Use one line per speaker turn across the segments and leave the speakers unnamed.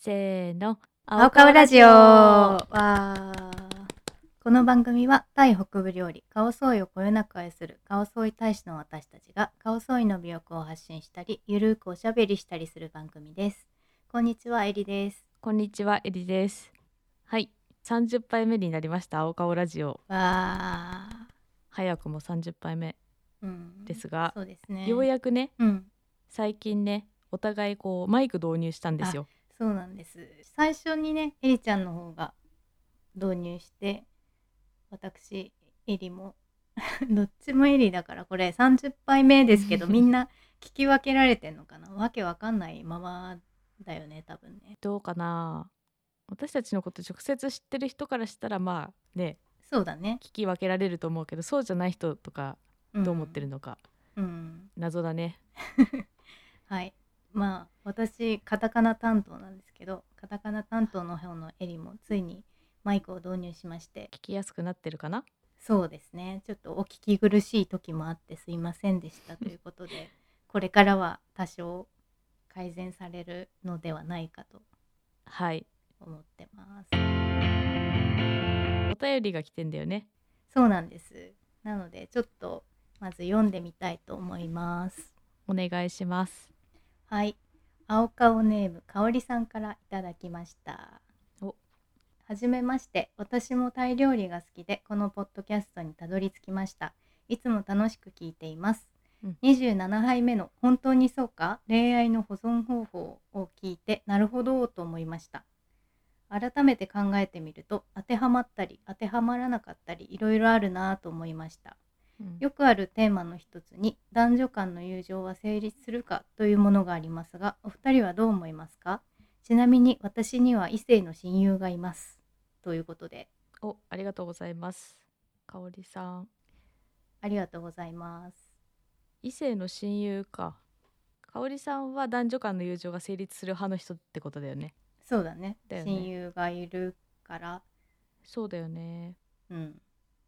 せーの、
青顔ラジオわー。この番組はタイ北部料理カオソイをこよなく愛するカオソイ大使の私たちがカオソイの魅力を発信したりゆるーくおしゃべりしたりする番組です。こんにちは、エリです。
こんにちは、エリです。はい、30杯目になりました青顔ラジオ。
わ
早くも30杯目
ー。
ですが、
そうですね。
ようやくね、
うん。
最近ね、お互いこうマイク導入したんですよ。
そうなんです。最初にね、エリちゃんの方が導入して、私、エリもどっちもエリだからこれ30杯目ですけどみんな聞き分けられてんのかな、わけわかんないままだよね、多分ね。
どうかな。私たちのこと直接知ってる人からしたらまあね、
そうだね。
聞き分けられると思うけど、そうじゃない人とかどう思ってるのか、謎だね。
はい。まあ私カタカナ担当なんですけど、カタカナ担当の方のエリもついにマイクを導入しまして、
聞きやすくなってるかな。
そうですね、ちょっとお聞き苦しい時もあってすいませんでしたということでこれからは多少改善されるのではないかと
はい
思ってます。
お便りが来てんだよね。
そうなんです。なのでちょっとまず読んでみたいと思います。
お願いします。
はい、青顔ネームかおりさんからいただきました。はじめまして。私もタイ料理が好きでこのポッドキャストにたどり着きました。いつも楽しく聞いています。27杯目の本当にそうか恋愛の保存方法を聞いてなるほどと思いました。改めて考えてみると当てはまったり当てはまらなかったりいろいろあるなぁと思いました。よくあるテーマの一つに男女間の友情は成立するかというものがありますが、お二人はどう思いますか？ちなみに私には異性の親友がいますということで。
ありがとうございます。かおりさん、
ありがとうございます。
異性の親友か。かおりさんは男女間の友情が成立する派の人ってことだよね。
そうだね。
だよね。
親友がいるから。
そうだよね。
うん。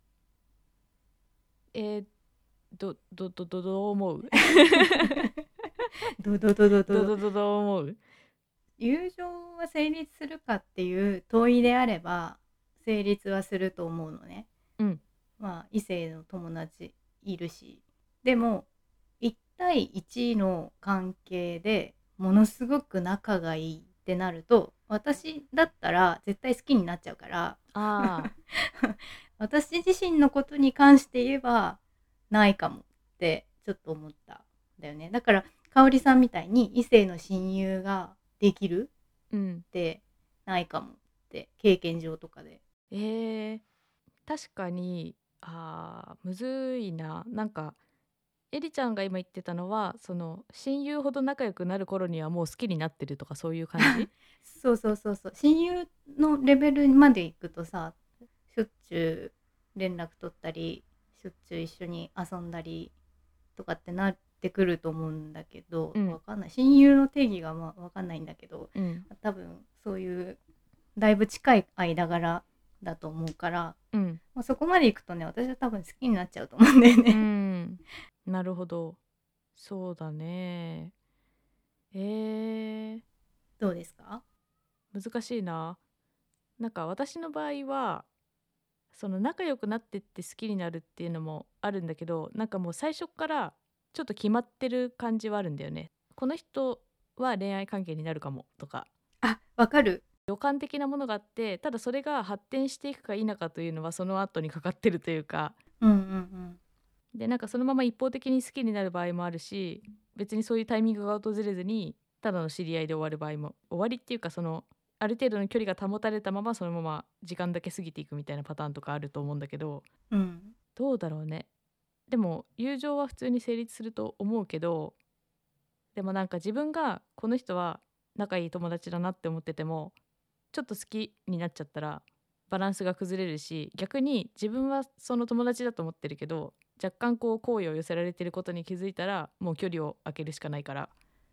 どう思う？
どどどどど。
どう思う？
友情は成立するかっていう問いであれば成立はすると思うのね。まあ異性の友達いるし、でも1対1の関係でものすごく仲がいいってなると私だったら絶対好きになっちゃうから私自身のことに関して言えばないかもってちょっと思ったんだよね。だから香織さんみたいに異性の親友ができるってないかもって経験上とかで。
確かにむずいな。なんかエリちゃんが今言ってたのは、その親友ほど仲良くなる頃にはもう好きになってるとかそういう感じ？
そうそうそうそう、親友のレベルまで行くとさ、しょっちゅう連絡取ったりしょっちゅう一緒に遊んだりとかってなってくると思うんだけど、わかんない、親友の定義がまあわかんないんだけど、多分そういうだいぶ近い間柄だと思うから、まあ、そこまで行くとね私は多分好きになっちゃうと思うんだよね。
なるほど。そうだね。
どうですか？
難しいな。なんか私の場合はその仲良くなってって好きになるっていうのもあるんだけど、なんかもう最初からちょっと決まってる感じはあるんだよね。この人は恋愛関係になるかもとか、
わかる。
予感的なものがあって、ただそれが発展していくか否かというのはその後にかかってるというか、でなんかそのまま一方的に好きになる場合もあるし、別にそういうタイミングが訪れずにただの知り合いで終わる場合も、終わりっていうかそのある程度の距離が保たれたままそのまま時間だけ過ぎていくみたいなパターンとかあると思うんだけど、どうだろうね。でも友情は普通に成立すると思うけど、でもなんか自分がこの人は仲いい友達だなって思っててもちょっと好きになっちゃったらバランスが崩れるし、逆に自分はその友達だと思ってるけど若干こう好意を寄せられてることに気づいたらもう距離を空けるしかないから。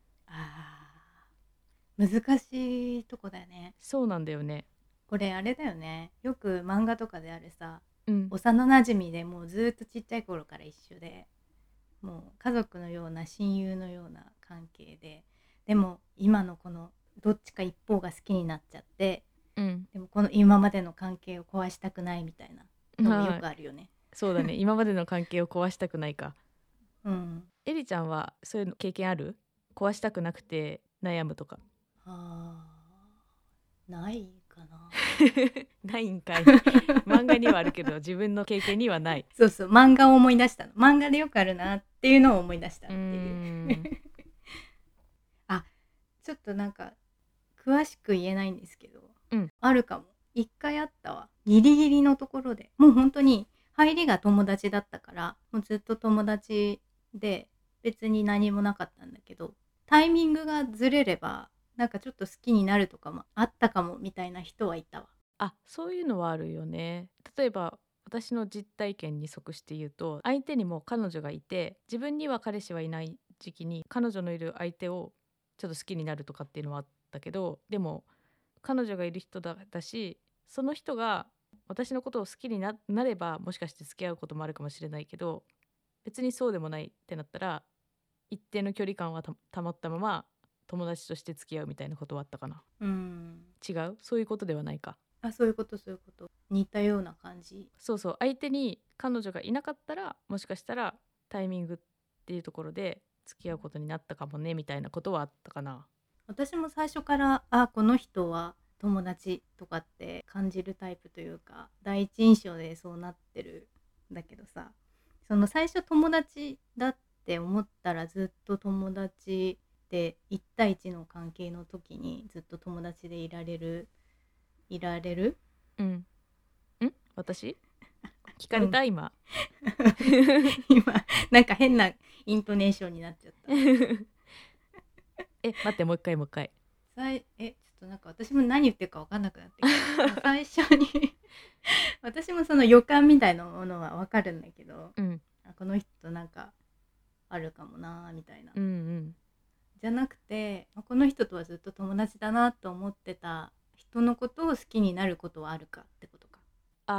難しいとこだよね。
そうなんだよね。
これあれだよね、よく漫画とかであるさ、
幼
馴染でもうずっとちっちゃい頃から一緒でもう家族のような親友のような関係で、でも今のこのどっちか一方が好きになっちゃって、
うん、
でもこの今までの関係を壊したくないみたいなのもよ
はい、
くあるよね。
そうだね。今までの関係を壊したくないか。
うん。
エリちゃんはそういうの経験ある？壊したくなくて悩むとか。
あないかな。
ないんかい。漫画にはあるけど自分の経験にはない。
そうそう、漫画を思い出したの。漫画でよくあるなっていうのを思い出した
うー
っていう。
ん。
あ、ちょっとなんか詳しく言えないんですけど、
うん。
あるかも。一回あったわ。ギリギリのところで。もう本当に入りが友達だったから、もうずっと友達で別に何もなかったんだけど、タイミングがずれれば、なんかちょっと好きになるとかもあったかもみたいな人はいたわ。
あ、そういうのはあるよね。例えば私の実体験に即して言うと、相手にも彼女がいて自分には彼氏はいない時期に彼女のいる相手をちょっと好きになるとかっていうのはあったけど、でも彼女がいる人だし、その人が私のことを好きになればもしかして付き合うこともあるかもしれないけど、別にそうでもないってなったら一定の距離感は保ったまま友達として付き合うみたいなことはあったかな。
うん。
違う？そういうことではないか。
あ、そういうことそういうこと。似たような感じ。
そうそう、相手に彼女がいなかったらもしかしたらタイミングっていうところで付き合うことになったかもねみたいなことはあったかな。
私も最初からあこの人は友達とかって感じるタイプというか第一印象でそうなってるんだけどさ、その最初友達だって思ったらずっと友達で1対1の関係の時にずっと友達でいられる
うん。私聞か
うん
れた今。
今なんか変なイントネーションになっちゃった。
待って、もう一回もう一回。
ちょっとなんか私も何言ってるか分かんなくなってきた。もう最初に私もその予感みたいなものは分かるんだけど、
うん、
この人となんかあるかもなみたいな、
うんうん
じゃなくてこの人とはずっと友達だなと思ってた人のことを好きになることはあるかってことか。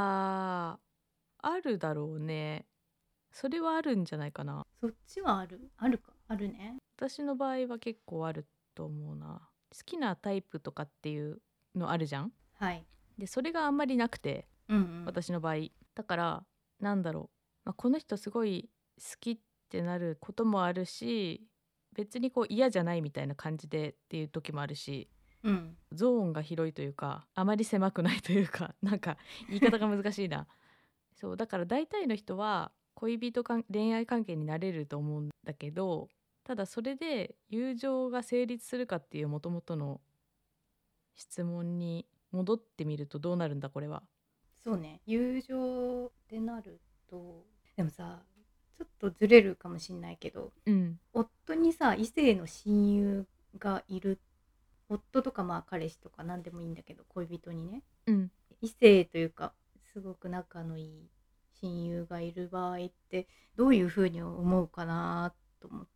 あるだろうね。それはあるんじゃないかな。
そっちはあるか、あるね。
私の場合は結構あると思うな。好きなタイプとかっていうのあるじゃん。
はい。
でそれがあんまりなくて、
うんうん。
私の場合だから、なんだろう、この人すごい好きってなることもあるし、別にこう嫌じゃないみたいな感じでっていう時もあるし、
うん。
ゾーンが広いというかあまり狭くないというか、なんか言い方が難しいな。そうだから大体の人は恋人恋愛関係になれると思うんだけど、ただそれで友情が成立するかっていう元々の質問に戻ってみると、どうなるんだこれは。
そうね、友情ってなると、でもさちょっとずれるかもしんないけど、
うん、
夫にさ異性の親友がいる、夫とかまあ彼氏とか何でもいいんだけど恋人にね、
うん、
異性というかすごく仲のいい親友がいる場合ってどういうふうに思うかなと思って、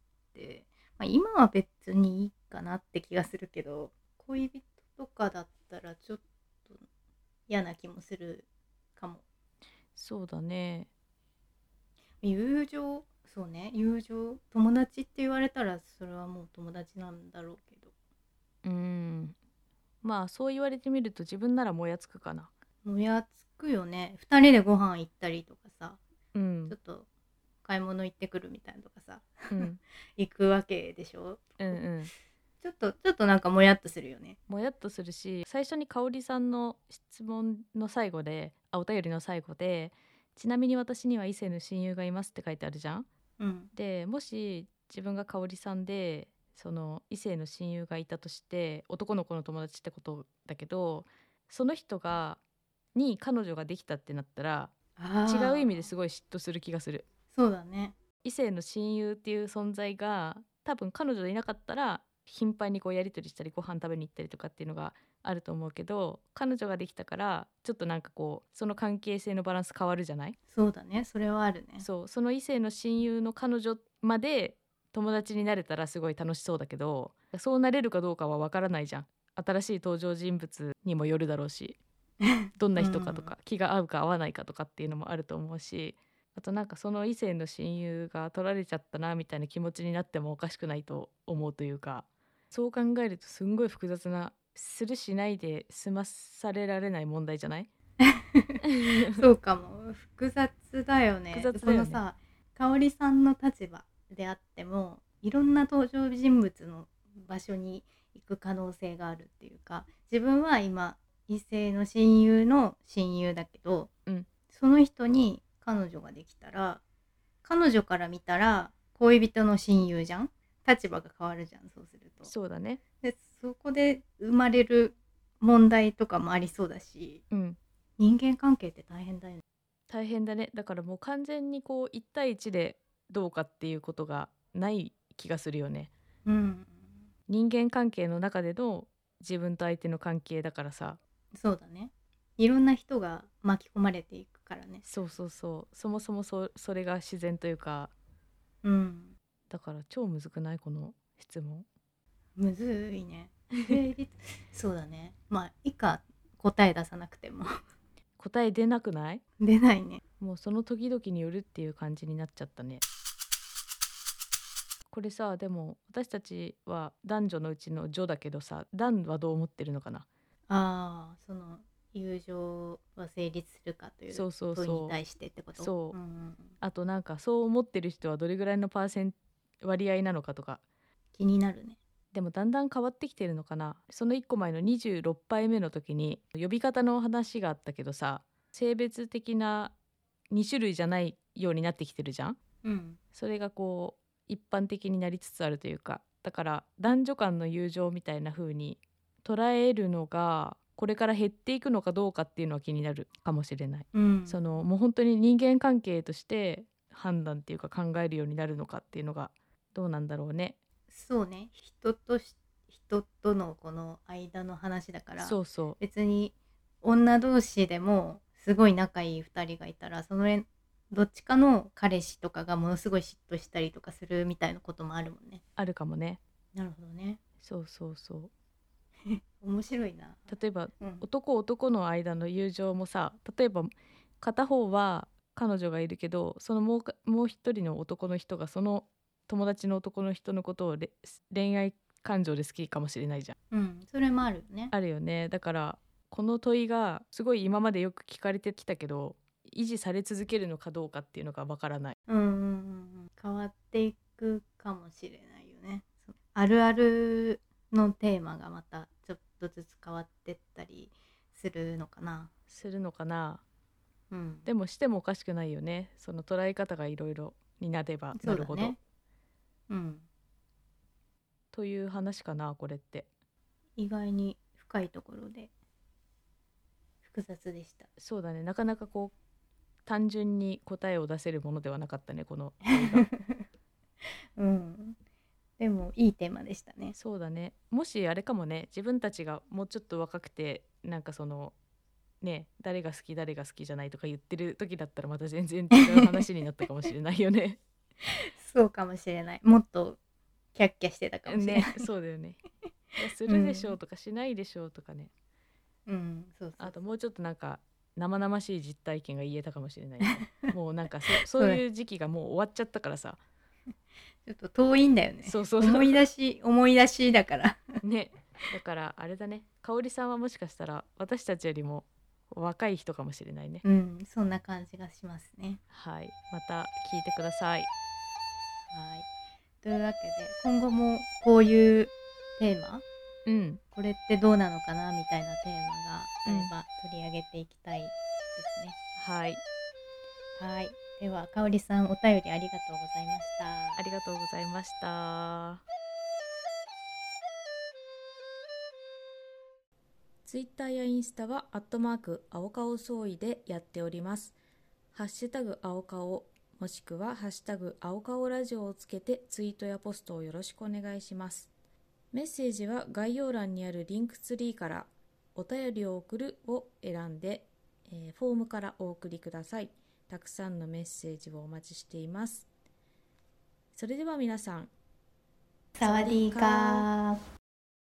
今は別にいいかなって気がするけど、恋人とかだったらちょっと嫌な気もするかも。
そうだね。
友情、そうね、友情、友達って言われたらそれはもう友達なんだろうけど、
うーん、まあそう言われてみると自分ならもやつくかな。
もやつくよね。2人でご飯行ったりとかさ、
うん、
ちょっと買い物行ってくるみたいなとかさ
うん、
行くわけでしょ。
うんうん。
ちょっとなんかもやっとするよね。
もやっとするし、最初に香織さんの質問の最後で、お便りの最後で、ちなみに私には異性の親友がいますって書いてあるじゃん。
うん。
でもし自分が香織さんでその異性の親友がいたとして、男の子の友達ってことだけど、その人に彼女ができたってなったら、違う意味で
ああ、
すごい嫉妬する気がする。
そうだね。
異性の親友っていう存在が多分彼女でいなかったら頻繁にこうやり取りしたりご飯食べに行ったりとかっていうのがあると思うけど、彼女ができたからちょっとなんかこうその関係性のバランス変わるじゃない。
そうだね。それはあるね。
そう、その異性の親友の彼女まで友達になれたらすごい楽しそうだけど、そうなれるかどうかはわからないじゃん。新しい登場人物にもよるだろうし、どんな人かと
うん。
か気が合うか合わないかとかっていうのもあると思うし、あとなんかその異性の親友が取られちゃったなみたいな気持ちになってもおかしくないと思うというか、 そう考えるとすんごい複雑な、するしないで済まされられない問題じゃない？
そうかも。複雑だよ
複
ね。
雑だよね。
そのさ、香織さんの立場であってもいろんな登場人物の場所に行く可能性があるっていうか、自分は今異性の親友の親友だけど、
うん、
その人に彼女ができたら、彼女から見たら恋人の親友じゃん。立場が変わるじゃん、そうすると。
そうだね。
でそこで生まれる問題とかもありそうだし、
うん、
人間関係って大変だよね。
大変だね。だからもう完全にこう1対1でどうかっていうことがない気がするよね。
うん、
人間関係の中での自分と相手の関係だからさ。
そうだね。いろんな人が巻き込まれていくからね。
そうそうそう、そもそもそれが自然というか。
うん。
だから超むずくないこの質問。
むずいね。成立そうだね。まあ以下答え出さなくても
答え出なくない？
出ないね。
もうその時々によるっていう感じになっちゃったね。これさ、でも私たちは男女のうちの女だけどさ、男はどう思ってるのかな？
ああ、その友情は成立するかという
そうそうそ
問いに対してってこ
う。
と？
そう。
うんうんうん、
あとなんかそう思ってる人はどれぐらいの割合なのかとか。
気になるね。
でもだんだん変わってきてるのかな。その1個前の26杯目の時に呼び方の話があったけどさ、性別的な2種類じゃないようになってきてるじゃん。
うん。
それがこう一般的になりつつあるというか、だから男女間の友情みたいな風に捉えるのがこれから減っていくのかどうかっていうのは気になるかもしれない。
うん、
そのもう本当に人間関係として判断っていうか考えるようになるのかっていうのがどうなんだろうね。
そうね。人とのこの間の話だから、
そうそ
別に女同士でもすごい仲いい2人がいたら、そのどっちかの彼氏とかがものすごい嫉妬したりとかするみたいなこともあるもんね。
あるかもね。
なるほどね。
そうそうそう。
面白いな。
例えば、
うん、
男の間の友情もさ、例えば片方は彼女がいるけど、そのもう一人の男の人がその友達の男の人のことを恋愛感情で好きかもしれないじゃん。
うん、それもあるよね。
あるよね。だからこの問いがすごい今までよく聞かれてきたけど、維持され続けるのかどうかっていうのがわからない。
うんうんうんうん、変わっていくかもしれないよね。あるあるのテーマがまたちょっとずつ変わってったりするのかな。
するのかな。
うん、
でもしてもおかしくないよね。その捉え方がいろいろになればなるほど。
そうだね。うん、
という話かなこれって。
意外に深いところで複雑でした。
そうだね。なかなかこう単純に答えを出せるものではなかったねこの問いが。
うん、でもいいテーマでしたね。
そうだね。もしあれかもね、自分たちがもうちょっと若くてなんかそのね、誰が好き誰が好きじゃないとか言ってる時だったらまた全然違う話になったかもしれないよね。
そうかもしれない。もっとキャッキャしてたかもしれない。
ね、そうだよね。いやす
う
るでしょう
ん、
とかしないでしょうとかね。
うん、そうそう
あともうちょっとなんか生々しい実体験が言えたかもしれないよね。もうなんかそ
そうね。
ういう時期がもう終わっちゃったからさ。
ちょっと遠いんだよね。
そうそうそう。
思い出しだから
ね。だからあれだね。香織さんはもしかしたら私たちよりも若い人かもしれないね。
うん、そんな感じがしますね。
はい。また聞いてください。
はい。というわけで、今後もこういうテーマ、
うん。
これってどうなのかなみたいなテーマがあれ
うん
ば取り上げていきたいですね。
はい。
はい。では、かおりさん、お便りありがとうございました。
ありがとうございました。ツイッターやインスタは青顔総意でやっております。ハッシュタグ青顔もしくはハッシュタグ青顔ラジオをつけてツイートやポストをよろしくお願いします。メッセージは概要欄にあるリンクツリーからお便りを送るを選んで、フォームからお送りください。たくさんのメッセージをお待ちしています。それでは皆さん、
サワディーカー。